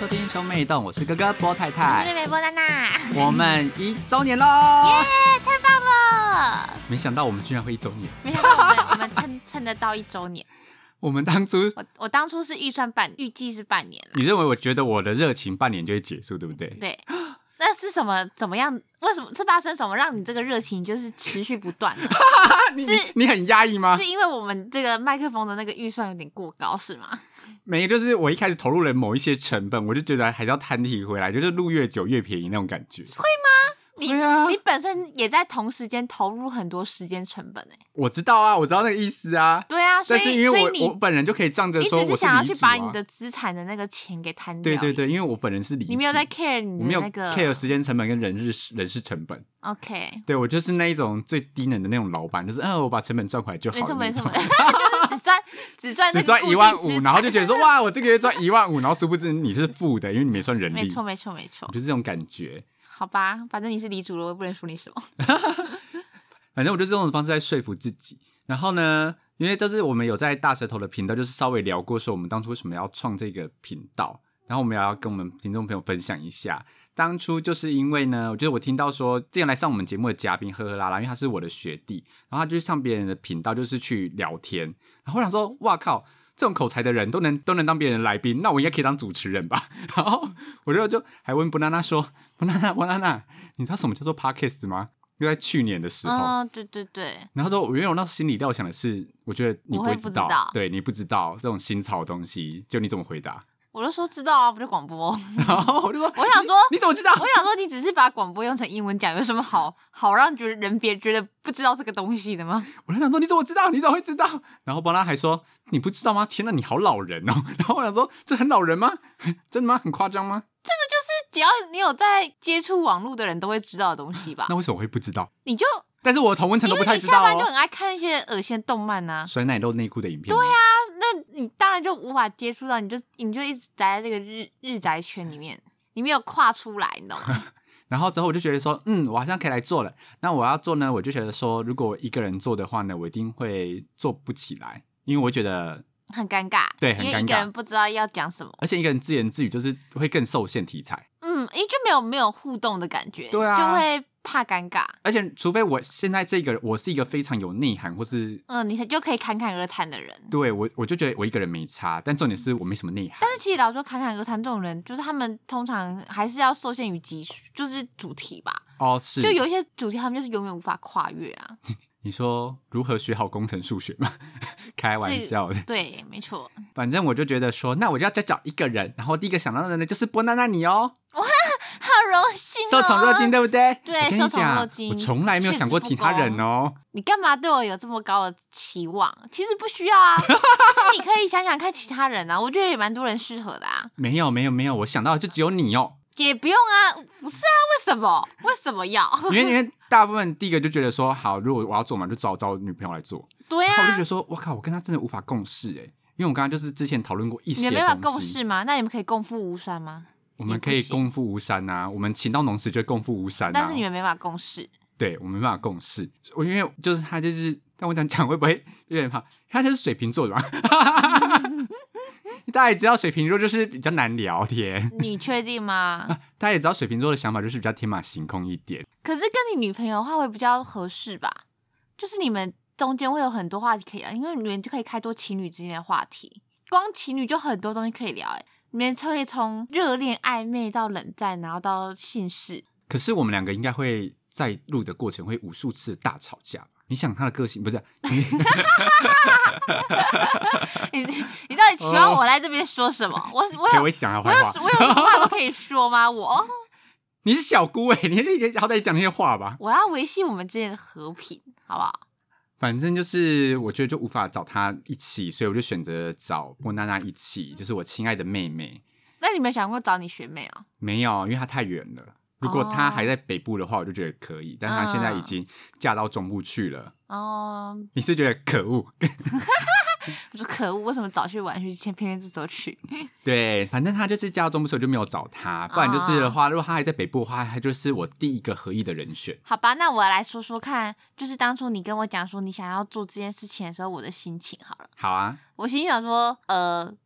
收听兄妹洞，我是哥哥波太太， 我是妹妹波娜娜， 我们1周年喽！ 耶，太棒了！ 没想到我们居然会1周年， 没想到我们撑得到1周年。 我们当初我当初是预计是半年啦。 你认为我觉得我的热情半年就会结束，对不对？ 对。那是什么？怎么样？为什么是发生什么让你这个热情就是持续不断呢？ 你很压抑吗？ 是因为我们这个麦克风的那个预算有点过高，是吗？ 没有，就是我一开始投入了某一些成本，我就觉得还是要摊提回来，就是录越久越便宜那种感觉。 会吗？ 你本身也在同时间投入很多时间成本我知道啊，我知道那个意思啊。 对啊， 但是因为我本人就可以仗着说我是你只是想要去把你的资产的那个钱给摊掉。 对，因为我本人是理， 你没有在 care 你的那个， 我没有 care 时间成本跟人事成本。 OK， 对，我就是那一种最低能的那种老板，就是我把成本赚回来就好了。 没错，就是只赚 15000，然后就觉得说哇，我这个月赚15000，然后殊不知你是负的，因为你没算人力。 没错， 就是这种感觉。 好吧，反正你是离主了，我也不能说你什么。 反正我就这种方式在说服自己。然后呢，因为都是我们有在大舌头的频道，就是稍微聊过说我们当初为什么要创这个频道，然后我们也要跟我们听众朋友分享一下。当初就是因为呢，我觉得我听到说之前来上我们节目的嘉宾呵呵啦啦，因为他是我的学弟，然后他就上别人的频道就是去聊天，然后我想说哇靠，这种口才的人都能当别人的来宾，那我应该可以当主持人吧？然后我就还问波娜娜说，波娜娜，你知道什么叫做 podcast 吗？就在去年的时候， 对。 然后说，因为我那心里料想的是，我觉得你不会知道，对你不知道这种新潮的东西，就你怎么回答？ 我就说知道啊，不就广播。 然后我就说， 我想说你怎么知道？ 我想说你只是把广播用成英文讲，有什么好让别人觉得不知道这个东西的吗？ 我就想说你怎么知道？你怎么会知道？然后波娜还说你不知道吗？天哪，你好老人哦！然后我想说这很老人吗？真的吗？很夸张吗？ 这个就是只要你有在接触网络的人都会知道的东西吧？ 那为什么会不知道？ 你就。 但是我的同温层都不太知道因为你下班就很爱看一些恶心动漫啊， 甩奶露内裤的影片。 对啊，那你当然就无法接触到，你就一直宅在这个日宅圈里面，你没有跨出来，你懂吗？ 然后之后我就觉得说，我好像可以来做了。那我要做呢，我就觉得说，如果我一个人做的话呢，我一定会做不起来，因为我觉得很尴尬， 对，很尴尬， 因为一个人不知道要讲什么， 而且一个人自言自语就是会更受限题材。 因为就没有互动的感觉， 对啊， 就会怕尴尬。 而且除非我现在我是一个非常有内涵，或是你就可以侃侃而谈的人。 对，我就觉得我一个人没差，但重点是我没什么内涵。 但是其实老实说，侃侃而谈这种人，就是他们通常还是要受限于就是主题吧。 是， 就有一些主题他们就是永远无法跨越啊。 你说如何学好工程数学吗？开玩笑的。 对，没错。 反正我就觉得说，那我就要再找一个人，然后第一个想到的呢就是波娜娜你哦。 哇，好荣幸哦！ 受宠若惊，对不对？ 对，受宠若惊。 我从来没有想过其他人哦。 你干嘛对我有这么高的期望？其实不需要啊，其实你可以想想看其他人啊，我觉得也蛮多人适合的啊。 没有，我想到的就只有你哦。 也不用啊，不是啊，为什么要？ 因为大部分第一个就觉得说，好，如果我要做嘛，就找女朋友来做。 对啊， 然后我就觉得说，我靠，我跟他真的无法共事因为我刚刚就是之前讨论过一些东西。 你们没办法共事吗？那你们可以共赴巫山吗？ 我们可以共赴巫山啊，我们请到农时就会共赴巫山啊。 但是你们没办法共事。 对，我们没办法共事。因为就是他就是，但我讲会不会有点怕？他就是水瓶座的嘛。大家也知道水瓶座就是比较难聊天。 你确定吗？ 大家也知道水瓶座的想法就是比较天马行空一点。 可是跟你女朋友的话会比较合适吧？就是你们中间会有很多话题可以聊，因为你们就可以开多情侣之间的话题。光情侣就很多东西可以聊你们可以从热恋暧昧到冷战，然后到性事。 可是我们两个应该会在录的过程会无数次大吵架吧？你想他的个性不是？ 你到底期望我来这边说什么？我想他坏话， 我有什么话不可以说吗？ 你是小姑你好歹讲那些话吧。 我要维系我们之间的和平，好不好？ 反正就是我觉得就无法找他一起，所以我就选择找波娜娜一起，就是我亲爱的妹妹。 那你没有想过找你学妹啊？ 没有，因为她太远了。如果她还在北部的话，我就觉得可以，但她现在已经嫁到中部去了。你是觉得可恶？ 我说可恶，为什么早去晚去，偏偏这时候去？ 对，反正他就是嫁到中部，所以我就没有找他。不然就是的话，如果他还在北部的话，他就是我第一个合意的人选。 好吧，那我来说说看，就是当初你跟我讲说你想要做这件事情的时候，我的心情好了。 好啊， 我心想说，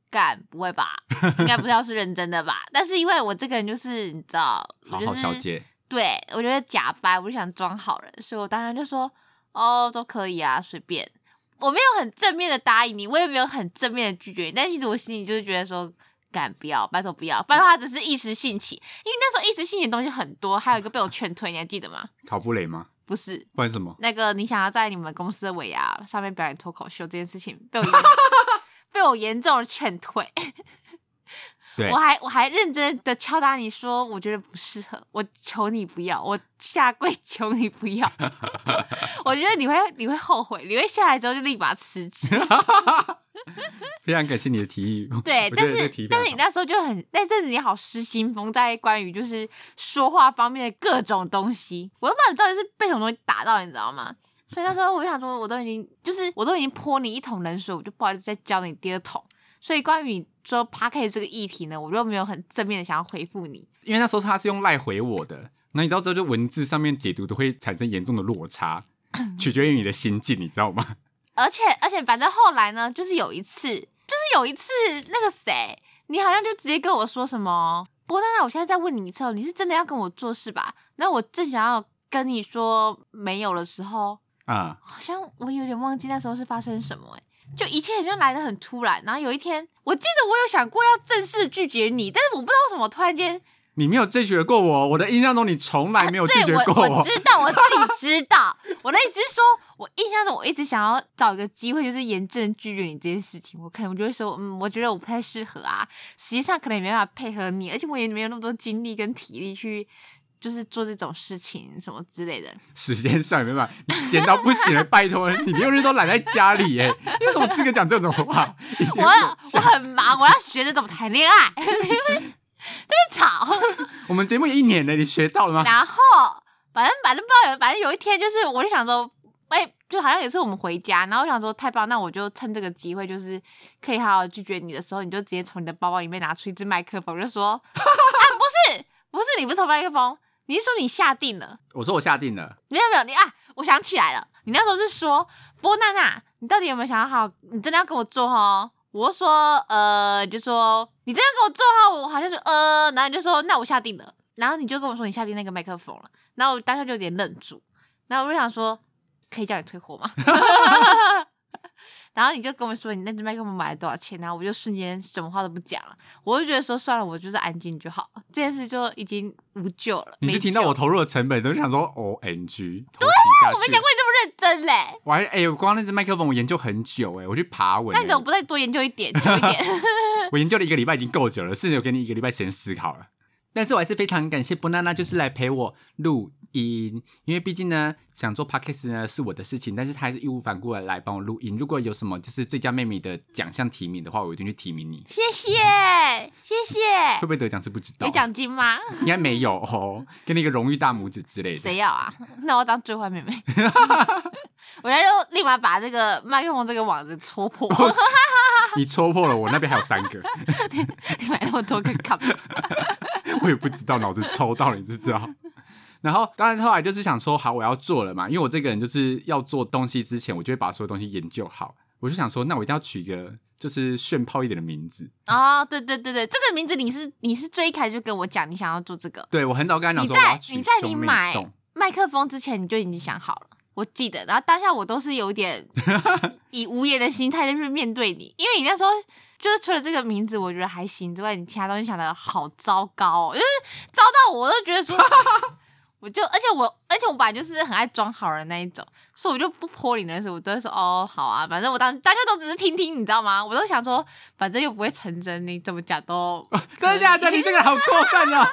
干不会吧？应该不是要是认真的吧？但是因为我这个人就是你知道， 好好小姐， 对我觉得假掰，我就想装好人，所以我当然就说哦都可以啊，随便。我没有很正面的答应你，我也没有很正面的拒绝你，但其实我心里就是觉得说，干不要，拜托不要，拜托他只是一时兴起，因为那时候一时兴起的东西很多，还有一个被我劝退，你还记得吗？ 考布雷吗？ 不是， 不然什么？ 那个你想要在你们公司的尾牙上面表演脱口秀这件事情被我严重的劝退。 对， 我还认真的敲打你说，我觉得不适合，我求你不要，我下跪求你不要。我觉得你会后悔，你会下来之后就立马辞职。 非常感谢你的提议。 对，但是你那时候就很那阵子你好失心疯，在关于就是说话方面的各种东西，我都不知道你到底是被什么东西打到，你知道吗？所以那时候我就想说，我都已经泼你一桶冷水，我就不好意思再浇你第二桶。所以关于你说 Podcast 这个议题呢，我就没有很正面的想要回复你， 因为那时候他是用赖回我的，那你知道这就文字上面解读都会产生严重的落差，取决于你的心境，你知道吗？ 而且反正后来呢，就是有一次那个谁，你好像就直接跟我说什么，波娜娜，我现在再问你一次，你是真的要跟我做事吧？那我正想要跟你说没有的时候，好像我有点忘记那时候是发生什么就一切好像来得很突然，然后有一天，我记得我有想过要正式拒绝你，但是我不知道为什么我突然间， 你没有拒绝过我，我的印象中你从来没有拒绝过我。 我知道，我自己知道。我的意思是说，我印象中我一直想要找一个机会，就是严正拒绝你这件事情。我可能就会说，我觉得我不太适合啊，实际上可能也没办法配合你，而且我也没有那么多精力跟体力去。就是做这种事情什么之类的， 时间上也没办法，你闲到不行了，拜托你6日都懒在家里耶，你有什么资格讲这种话？ 我很忙，我要学着怎么谈恋爱，这边吵。 我们节目也1年了，你学到了吗？ 然后反正不知道反正有一天就是，我就想说，就好像有一次我们回家，然后我想说太棒，那我就趁这个机会，就是可以好好拒绝你的时候，你就直接从你的包包里面拿出一支麦克风，就说不是，你不是从麦克风。你是说你下定了？ 我说我下定了。 没有我想起来了，你那时候是说波娜娜，你到底有没有想好？你真的要跟我做哦？我说就说你真的要跟我做哦？我好像就然后你就说那我下定了，然后你就跟我说你下定那个麦克风了，然后我当下就有点愣住，然后我就想说可以叫你退货吗？然后你就跟我说你那支麦克风买了多少钱，然后我就瞬间什么话都不讲了，我就觉得说算了，我就是安静就好了，这件事就已经无救了。 你是听到我投入的成本，都想说 OMG， 对啊，我没想过你这么认真嘞。 我光那支麦克风我研究很久我去爬文。 那你怎么不再多研究一点？ 我研究了1个礼拜已经够久了，甚至有给你1个礼拜时间思考了。但是我还是非常感谢波娜娜，就是来陪我录音，因为毕竟呢，想做 podcast 呢是我的事情，但是她还是义无反顾的来帮我录音。如果有什么就是最佳妹妹的奖项提名的话，我一定去提名你。 谢谢。 会不会得奖是不知道， 有奖金吗？ 应该没有哦，给你一个荣誉大拇指之类的。 谁要啊？那我当最坏妹妹。我来就立马把这个麦克风这个网子戳破。 你戳破了，我那边还有3个。 你买那么多个干嘛？ 我也不知道，脑子抽到了，你知道。然后当然后来就是想说，好，我要做了嘛，因为我这个人就是要做东西之前，我就会把所有东西研究好。我就想说，那我一定要取一个就是炫炮一点的名字。 对，这个名字你是最一开始就跟我讲你想要做这个。 对，我很早跟他讲说我要取你在你买麦克风之前你就已经想好了，我记得。然后当下我都是有点以无言的心态去面对你，因为你那时候就是除了这个名字我觉得还行之外，你其他东西想的好糟糕就是糟到我都觉得说而且我本来就是很爱装好人那一种，所以我就不泼你的时候，我都会说好啊，反正大家都只是听听，你知道吗？我都想说，反正又不会成真，你怎么讲都真的假的？你这个好过分哦！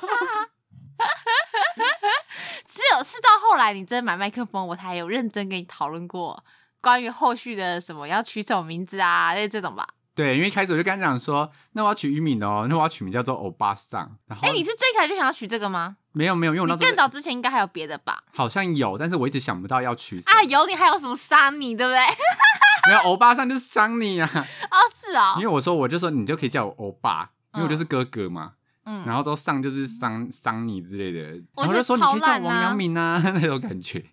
是到后来你真的买麦克风，我才有认真跟你讨论过关于后续的什么要取什么名字啊，这种吧。 对，因为一开始我就跟他讲说，那我要取渔民哦，那我要取名叫做欧巴桑。然后， 你是最开始就想要取这个吗？ 没有，因为我那时候更早之前应该还有别的吧？ 好像有，但是我一直想不到要取什么。 有，你还有什么Sunny，对不对？ 没有，欧巴桑就是Sunny啊。 是哦。 因为我就说你就可以叫我欧巴，因为我就是哥哥嘛。然后都上就是桑尼之类的，然后就说你可以叫王阳明啊那种感觉。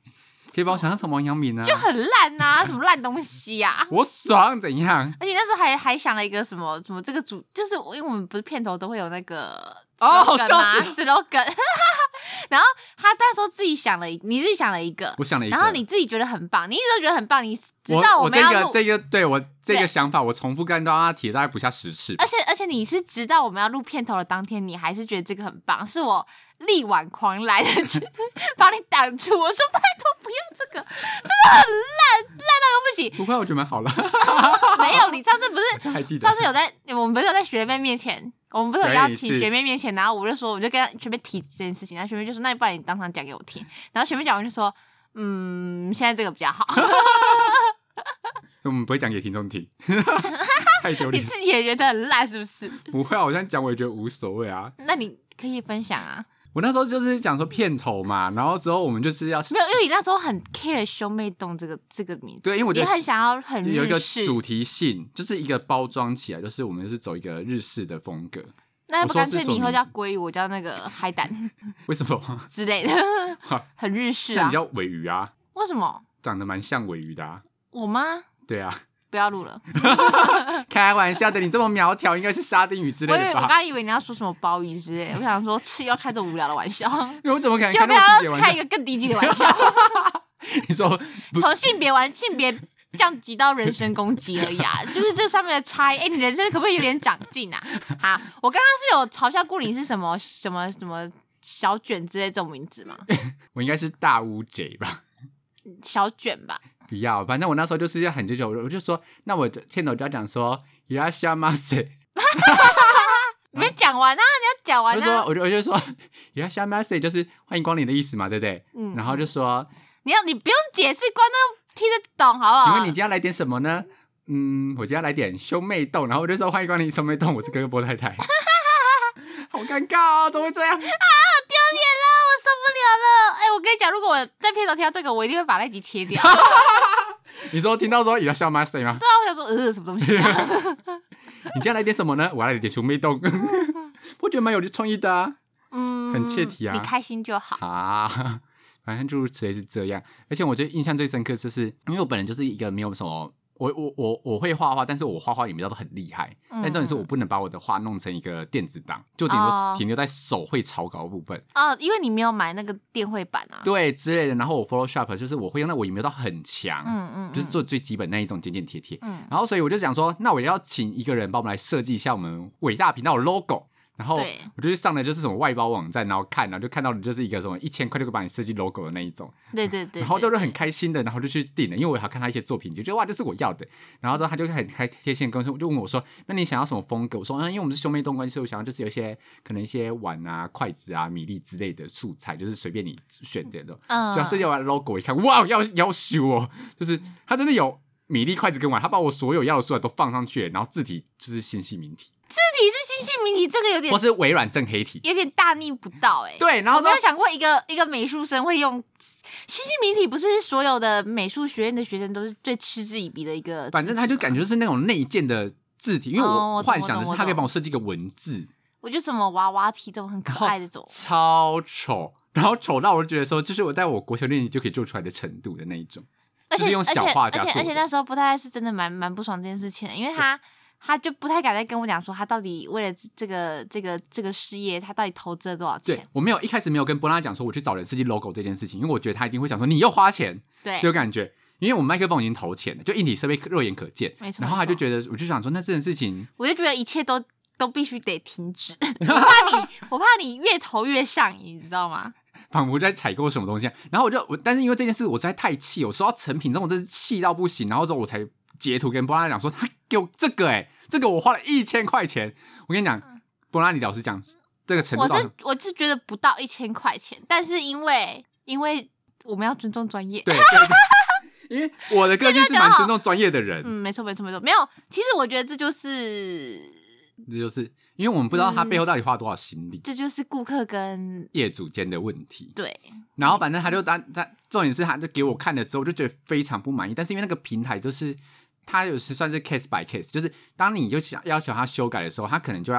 可以把我想象成王阳明啊， 就很烂啊，什么烂东西啊！ 我爽怎样？ 而且那时候还想了一个什么这个就是因为我们不是片头都会有那个好 slogan 笑吗死 slogan， 然后他那时候自己想了你自己想了一个， 我想了一个， 然后你自己觉得很棒，你一直都觉得很棒，你知道我们要录， 这个对我这个想法，我重复跟他提了大概不下10次吧。 而且你是知道我们要录片头的当天，你还是觉得这个很棒，是我力挽狂澜的去把你挡住。我说拜托不要这个，真的很烂到不行。 不会，我觉得蛮好了。 没有，你上次不是还记得上次有在我们不是有在学妹面前，我们不是有邀请学妹面前，然后我就跟学妹提这件事情，然后学妹就说那你不然你当场讲给我听，然后学妹讲完就说现在这个比较好。 我们不会讲给听众听，太丢脸。 你自己也觉得很烂是不是？ 不会啊，我现在讲我也觉得无所谓啊。 那你可以分享啊。 我那时候就是讲说片头嘛，然后之后我们就是要没有，因为你那时候很 care 兄妹洞这个名字， 对，因为我觉得也很想要很日式， 有一个主题性，就是一个包装起来，就是我们是走一个日式的风格。 那要不干脆你以后叫鲑鱼，我叫那个海胆， 为什么之类的，很日式啊。 那你叫尾鱼啊？ 为什么？ 长得蛮像尾鱼的啊。 我吗？ 对啊。 不要录了， 开玩笑的，你这么苗条，应该是沙丁鱼之类的吧？ 我刚以为你要说什么鲍鱼之类的，我想说又开这无聊的玩笑， 因为我怎么可能就不要开一个更低级的玩笑？ 你说从性别降级到人身攻击而已啊，就是这上面的差异。你人生可不可以有点长进啊？好，我刚刚是有嘲笑过你是什么小卷之类这种名字吗？ 我应该是大乌贼吧？ 小卷吧。 不要，反正我那时候就是要很久，我就说，那我片头就要讲说伊拉夏马塞， 你没讲完啊，你要讲完啊。 我就说伊拉夏马塞就是欢迎光临的意思嘛，对不对？然后就说你不用解释，观众听得懂好不好？ 请问你今天要来点什么呢？我今天要来点兄妹洞，然后我就说欢迎光临兄妹洞，我是哥哥波太太。好尴尬啊，怎么会这样？ 啊，好丢脸了，我受不了了。我跟你讲，如果我在片头听到这个，我一定会把那集切掉。 你说听到说伊拉夏马塞吗？ 对啊，我想说什么东西啊？ 你今天来点什么呢？我要来点兄妹洞。我觉得蛮有创意的啊，很切题啊， 你开心就好啊。反正诸如此类是这样，而且我觉得印象最深刻就是因为我本人就是一个没有什么，我会画画，但是我画画也没有很厉害，但重点是我不能把我的画弄成一个电子档，就顶多停留在手绘草稿的部分因为你没有买那个电绘板啊， 对之类的。然后我 Photoshop 就是我会用，但我也没有到很强，就是做最基本那一种剪剪贴贴，然后所以我就想说，那我要请一个人帮我们来设计一下我们伟大频道的 logo。然后我就去上的就是什么外包网站，然后就看到的就是一个什么1000块就可以帮你设计 logo 的那一种。 对， 然后就是很开心的，然后就去订了，因为我还看他一些作品集，就觉得哇，这是我要的。然后之后他就很贴心的跟我说，就问我说，那你想要什么风格？我说，因为我们是兄妹洞关系，所以我想要就是有一些可能一些碗啊、筷子啊、米粒之类的素材，就是随便你选的。就他设计完 logo 一看，哇，要修哦，就是他真的有米粒、筷子跟碗，他把我所有要的素材都放上去，然后字体就是新细明体。 字体是新细明体，这个有点， 或是微软正黑体， 有点大逆不道对，然后我没有想过一个美术生会用新细明体，不是所有的美术学院的学生都是最嗤之以鼻的一个。 反正他就感觉是那种内建的字体，因为我幻想的是他可以帮我设计一个文字。 我就什么娃娃体这种很可爱的种， 超丑，然后丑到我就觉得说，就是我在我国小练习就可以做出来的程度的那一种，就是用小画家做的。 而且那时候不太是真的蛮不爽这件事情的，因为他就不太敢再跟我讲说他到底为了这个事业他到底投资了多少钱。 对，我一开始没有跟波拉讲说我去找人设计 logo 这件事情，因为我觉得他一定会想说你又花钱， 对， 这个感觉。因为我们麦克风已经投钱了，就硬体设备肉眼可见， 没错。 然后他就觉得，我就想说那这件事情， 我就觉得一切都必须得停止。我怕你越投越上瘾，你知道吗？ 仿佛在采购什么东西。然后但是因为这件事我实在太气，我收到成品之后我真是气到不行，然后之后我才截图跟波拉讲说，他给我这个这个我花了1000块钱。我跟你讲，波拉你老实讲，这个程度我是觉得不到1000块钱，但是因为我们要尊重专业， 对，因为我的个性是蛮尊重专业的人。 没错，没有。其实我觉得这就是因为我们不知道他背后到底花多少心力， 这就是顾客跟业主间的问题。 对， 然后反正他重点是他就给我看了之后，我就觉得非常不满意。但是因为那个平台就是他有时算是 case by case，就是当你就要求他修改的时候，他可能就要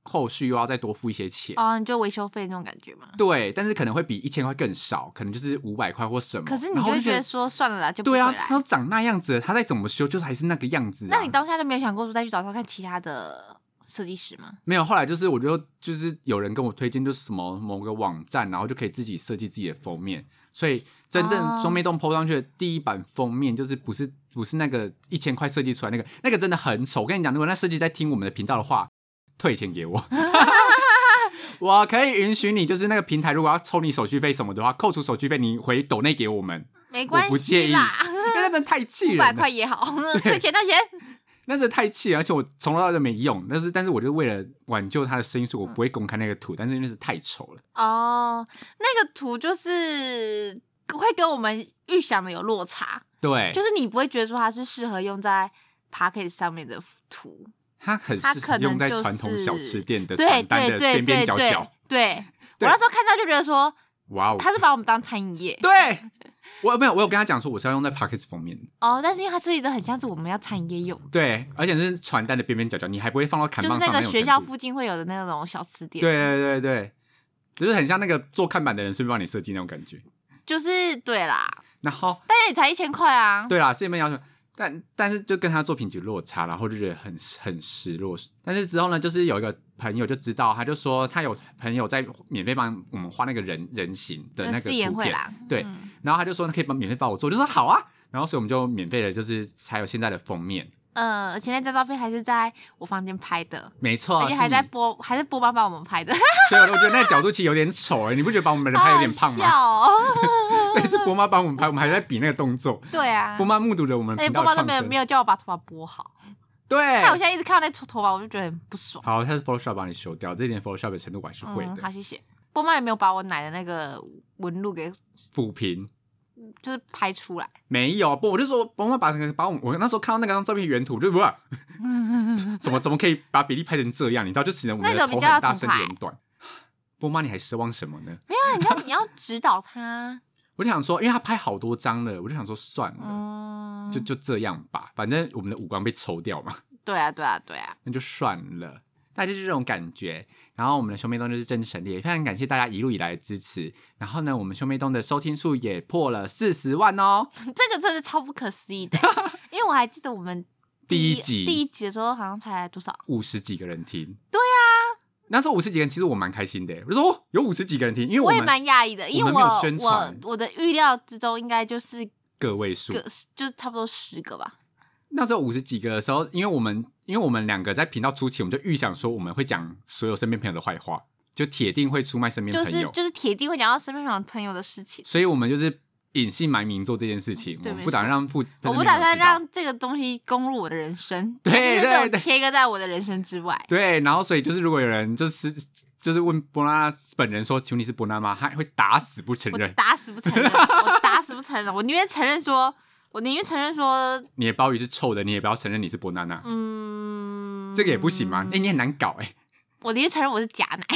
后续又要再多付一些钱。 哦，你就维修费那种感觉吗？ 对，但是可能会比1000块更少，可能就是500块或什么。 可是你就会觉得说算了啦，就不对啊， 回来。 它都长那样子了，它再怎么修，就是还是那个样子啊。 那你当下就没有想过说再去找看其他的设计师吗？ 没有，后来就是我就是有人跟我推荐，就是什么某个网站，然后就可以自己设计自己的封面。所以真正双妹洞 po 上去的第一版封面，就是不是那个1000块设计出来那个真的很丑。我跟你讲，如果那设计在听我们的频道的话，退钱给我。我可以允许你，就是那个平台如果要抽你手续费什么的话，扣除手续费，你回抖内给我们， 没关系啦， 我不介意，因为那真的太气人了。 500块也好，退钱。 那真的太气了，而且我从头到尾都没用。但是我就为了挽救他的声誉，所以我不会公开那个图。但是因为是太丑了。 哦，那个图就是会跟我们预想的有落差。 对， 就是你不会觉得说它是适合用在 Podcast 上面的图。 它很适合用在传统小吃店的传单的边边角角。 对，我那时候看到就觉得说， 哇哦， 他是把我们当餐饮业。 对，我有跟他讲说我是要用在 Podcast 封面。 哦，但是因为它设计的很像是我们要餐饮业用。 对，而且是传单的边边角角，你还不会放到看板上就是那个学校附近会有的那种小吃店。 对，就是很像那个做看板的人顺便帮你设计那种感觉。 就是对啦， 然后但也才1000块啊。 对啦，是没要求。但是就跟他作品集落差，然后就觉得很失落。但是之后呢，就是有一个朋友就知道，他就说他有朋友在免费帮我们画那个人形的那个图片啦， 对，然后他就说可以免费帮我做，我就说好啊，然后所以我们就免费的，就是才有现在的封面。 而且那张照片还是在我房间拍的， 没错， 而且还是波妈帮我们拍的， 所以我觉得那个角度其实有点丑你不觉得把我们人拍有点胖吗？ 好笑哦但是波妈帮我们拍，我们还在比那个动作。 对啊， 波妈目睹了我们频道的创生， 波妈都没有叫我把头发拨好。 对， 害我现在一直看到那头发，我就觉得很不爽。 好，他是 Photoshop 帮你修掉，这一点 Photoshop 的程度我还是会的。 好，谢谢。波妈也没有把我奶的那个纹路给抚平。 就是拍出来没有，我就说帮我把我那时候看到那张照片原图，我就哇，怎么可以把比例拍成这样？你知道，就显得我们的头很大，身体很短。波妈，你还奢望什么呢？ 没有，你要指导他。 我就想说，因为他拍好多张了，我就想说算了，就这样吧，反正我们的五官被抽掉嘛。 对啊， 那就算了。大概就是这种感觉，然后我们的兄妹洞就是真神力，也非常感谢大家一路以来的支持。然后呢，我们兄妹洞的收听数也破了40万哦， 这个真的超不可思议的，因为我还记得我们第一集的时候好像才多少 50几个人听。 对啊， 那时候50几个人，其实我蛮开心的，我就说有50几个人听，因为我也蛮讶异的，因为我们没有宣传， 我的预料之中应该就是个位数， 就是差不多10个吧。 那时候50几个的时候，因为我们两个在频道初期，我们就预想说我们会讲所有身边朋友的坏话，就铁定会出卖身边朋友， 就是铁定会讲到身边朋友的事情， 所以我们就是隐姓埋名做这件事情，我们不打算我不打算让这个东西攻入我的人生， 对， 切割在我的人生之外。 对，然后所以就是如果有人就是问波娜本人说，请问你是波娜吗？他会打死不承认， 我打死不承认，我宁愿承认说你的鲍鱼是臭的，你也不要承认你是波娜娜。这个也不行吗？你很难搞我宁愿承认我是假奶。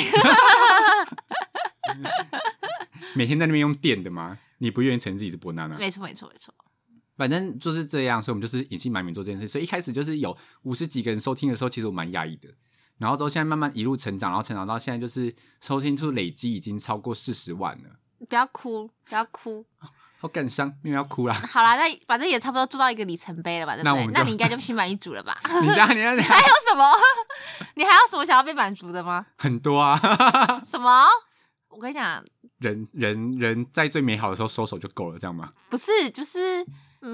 每天在那边用电的吗？你不愿意承认自己是波娜娜？ 没错。 反正就是这样，所以我们就是隐姓埋名做这件事。所以一开始就是有50几个人收听的时候，其实我蛮讶异的。然后之后现在慢慢一路成长，然后成长到现在就是收听数累积已经超过40万了。 不要哭。 好感伤，因为要哭啦。 好啦，那反正也差不多做到一个里程碑了吧，对不对？那你应该就心满意足了吧？ 你还有什么？你还有什么想要被满足的吗？ 很多啊。 什么？我跟你讲， 人在最美好的时候收手就够了，这样吗？ 不是，就是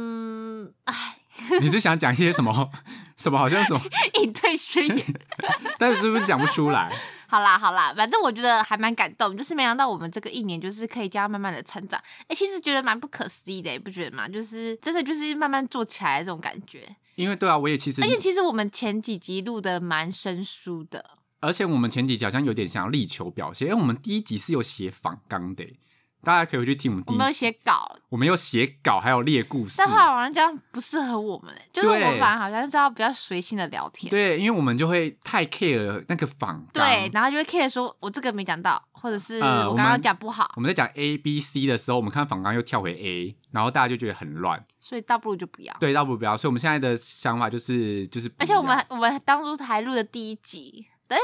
你是想讲一些什么好像什么隐退宣言， 但是不是讲不出来？ 好啦，反正我觉得还蛮感动，就是没想到我们这个1年就是可以这样慢慢的成长。其实觉得蛮不可思议的，不觉得吗？就是真的就是慢慢做起来这种感觉。 因为对啊，而且其实我们前几集录的蛮生疏的， 而且我们前几集好像有点想要力求表现，因为我们第1集是有写访纲的。大家可以回去听我们第一集， 我们有写稿， 我们有写稿，还有列故事。 但后来好像这样不适合我们，就是我们反而好像是要比较随性的聊天。 对，因为我们就会太 care 那个访纲， 对，然后就会 care 说我这个没讲到，或者是我刚刚讲不好。 我们在讲 A、B、C 的时候，我们看访纲又跳回 A， 然后大家就觉得很乱， 所以倒不如就不要。 对，倒不如不要。所以我们现在的想法就是， 而且我们当初台录的第1集，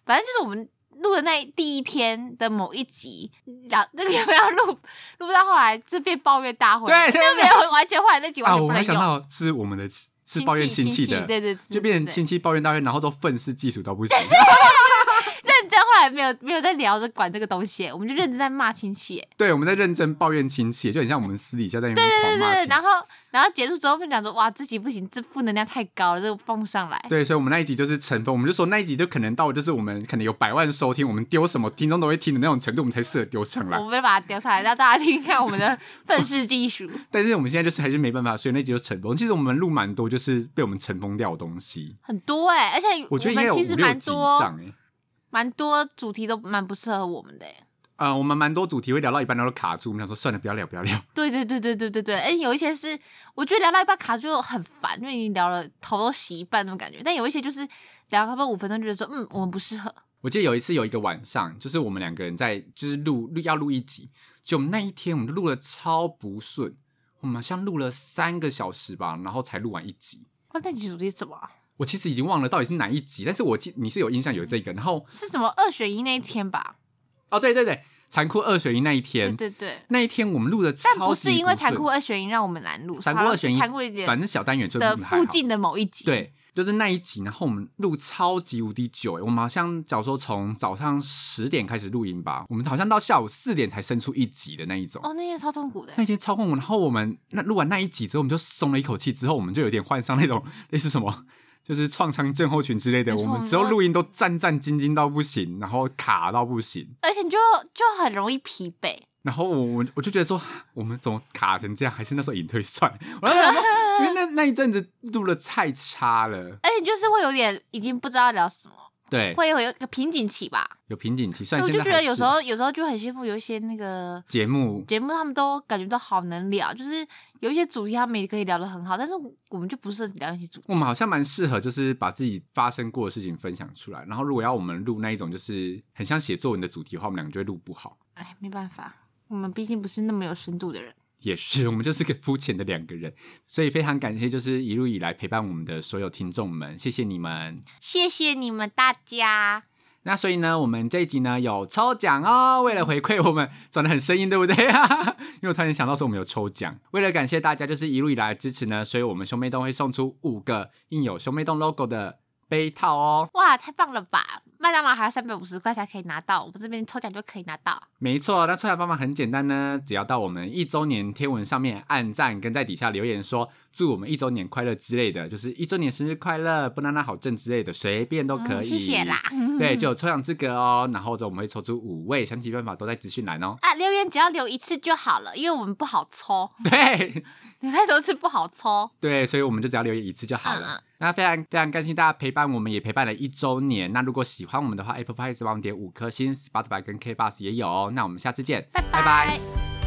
反正就是我们录的那第一天的某一集，那个有没有录到后来就变抱怨大会？ 对， 就没有完全后来那集完全不我能用。 还想到是我们的是抱怨亲戚的， 对， 就变成亲戚抱怨大会，然后都愤世嫉俗到不行。 认真后来没有在聊着管这个东西，我们就认真在骂亲戚。 对，我们在认真抱怨亲戚，就很像我们私底下在那边狂骂亲戚。 然后结束之后，就讲说哇，这集不行，这负能量太高了，这个放不上来。 对，所以我们那一集就是尘封，我们就说那一集就可能到就是我们可能有100万收听，我们丢什么听众都会听的那种程度，我们才适合丢上来。 我们就把它丢上来，让大家听看我们的愤世嫉俗。 但是我们现在就是还是没办法，所以那集就尘封。其实我们录蛮多，就是被我们尘封掉的东西， 很多而且我觉得应该有其实 5-6集以上蛮多主题都蛮不适合我们的我们蛮多主题会聊到一半然后卡住，我们想说算了，不要聊。 对，而且有一些是我觉得聊到一半卡住就很烦，因为已经聊了头都洗一半那种感觉。但有一些就是聊差不多5分钟，就觉得说我们不适合。 我记得有一次有一个晚上，就是我们2个人在就是要录一集，就我们那一天我们就录的超不顺，我们好像录了3个小时吧，然后才录完一集。 那集主题是什么我其实已经忘了到底是哪一集，但是你是有印象有这个，然后是什么2选1那一天吧？ 哦，对，残酷2选1那一天， 对， 那一天我们录的超级但不是因为残酷2选1让我们难录， 残酷2选 1 反正小单元的附近的某一集， 对，就是那一集，然后我们录超级无敌久我们好像假如说从早上10点开始录音吧，我们好像到下午4点才生出一集的那一种。 那天超痛苦的， 那天超痛苦。然后我们录完那一集之后，我们就松了一口气，之后我们就有点患上那种类似什么。就是创伤症候群之类的，我们之后录音都战兢兢到不行，然后卡到不行， 而且就很容易疲惫。 然后我就觉得说，我们怎么卡成这样？还是那时候隐退算了。我就想说，因为那一阵子录的太差了， 而且就是会有点已经不知道聊什么。 对， 会有一个瓶颈期吧， 有瓶颈期。算我就觉得有时候就很羡慕有一些那个节目，他们都感觉都好能聊，就是有一些主题他们也可以聊得很好，但是我们就不适合聊一些主题。 我们好像蛮适合，就是把自己发生过的事情分享出来。然后如果要我们录那一种就是很像写作文的主题的话，我们2个就会录不好。 没办法，我们毕竟不是那么有深度的人。 也是，我们就是个肤浅的2个人，所以非常感谢就是一路以来陪伴我们的所有听众们，谢谢你们， 谢谢你们大家。 那所以呢，我们这一集呢有抽奖哦，为了回馈我们转得很生硬，对不对因为我突然想到说我们有抽奖，为了感谢大家就是一路以来的支持呢，所以我们兄妹洞会送出5个印有兄妹洞 logo 的杯套哦。 哇，太棒了吧！麦当劳还要350块才可以拿到，我们这边抽奖就可以拿到。 没错，那抽奖方法很简单呢，只要到我们1周年贴文上面按赞，跟在底下留言说祝我们1周年快乐之类的，就是1周年生日快乐，banana 好正之类的，随便都可以。 谢谢啦。 对，就有抽奖资格哦，然后我们会抽出5位，详细办法都在资讯栏哦。 留言只要留1次就好了，因为我们不好抽。 对， 留太多次不好抽。 对，所以我们就只要留言1次就好了。那非常非常感谢大家陪伴我们，也陪伴了1周年。那如果喜欢我们的话 ，Apple Podcast 帮我们点5颗星 ，Spotify 跟 KBox 也有哦。那我们下次见，拜拜。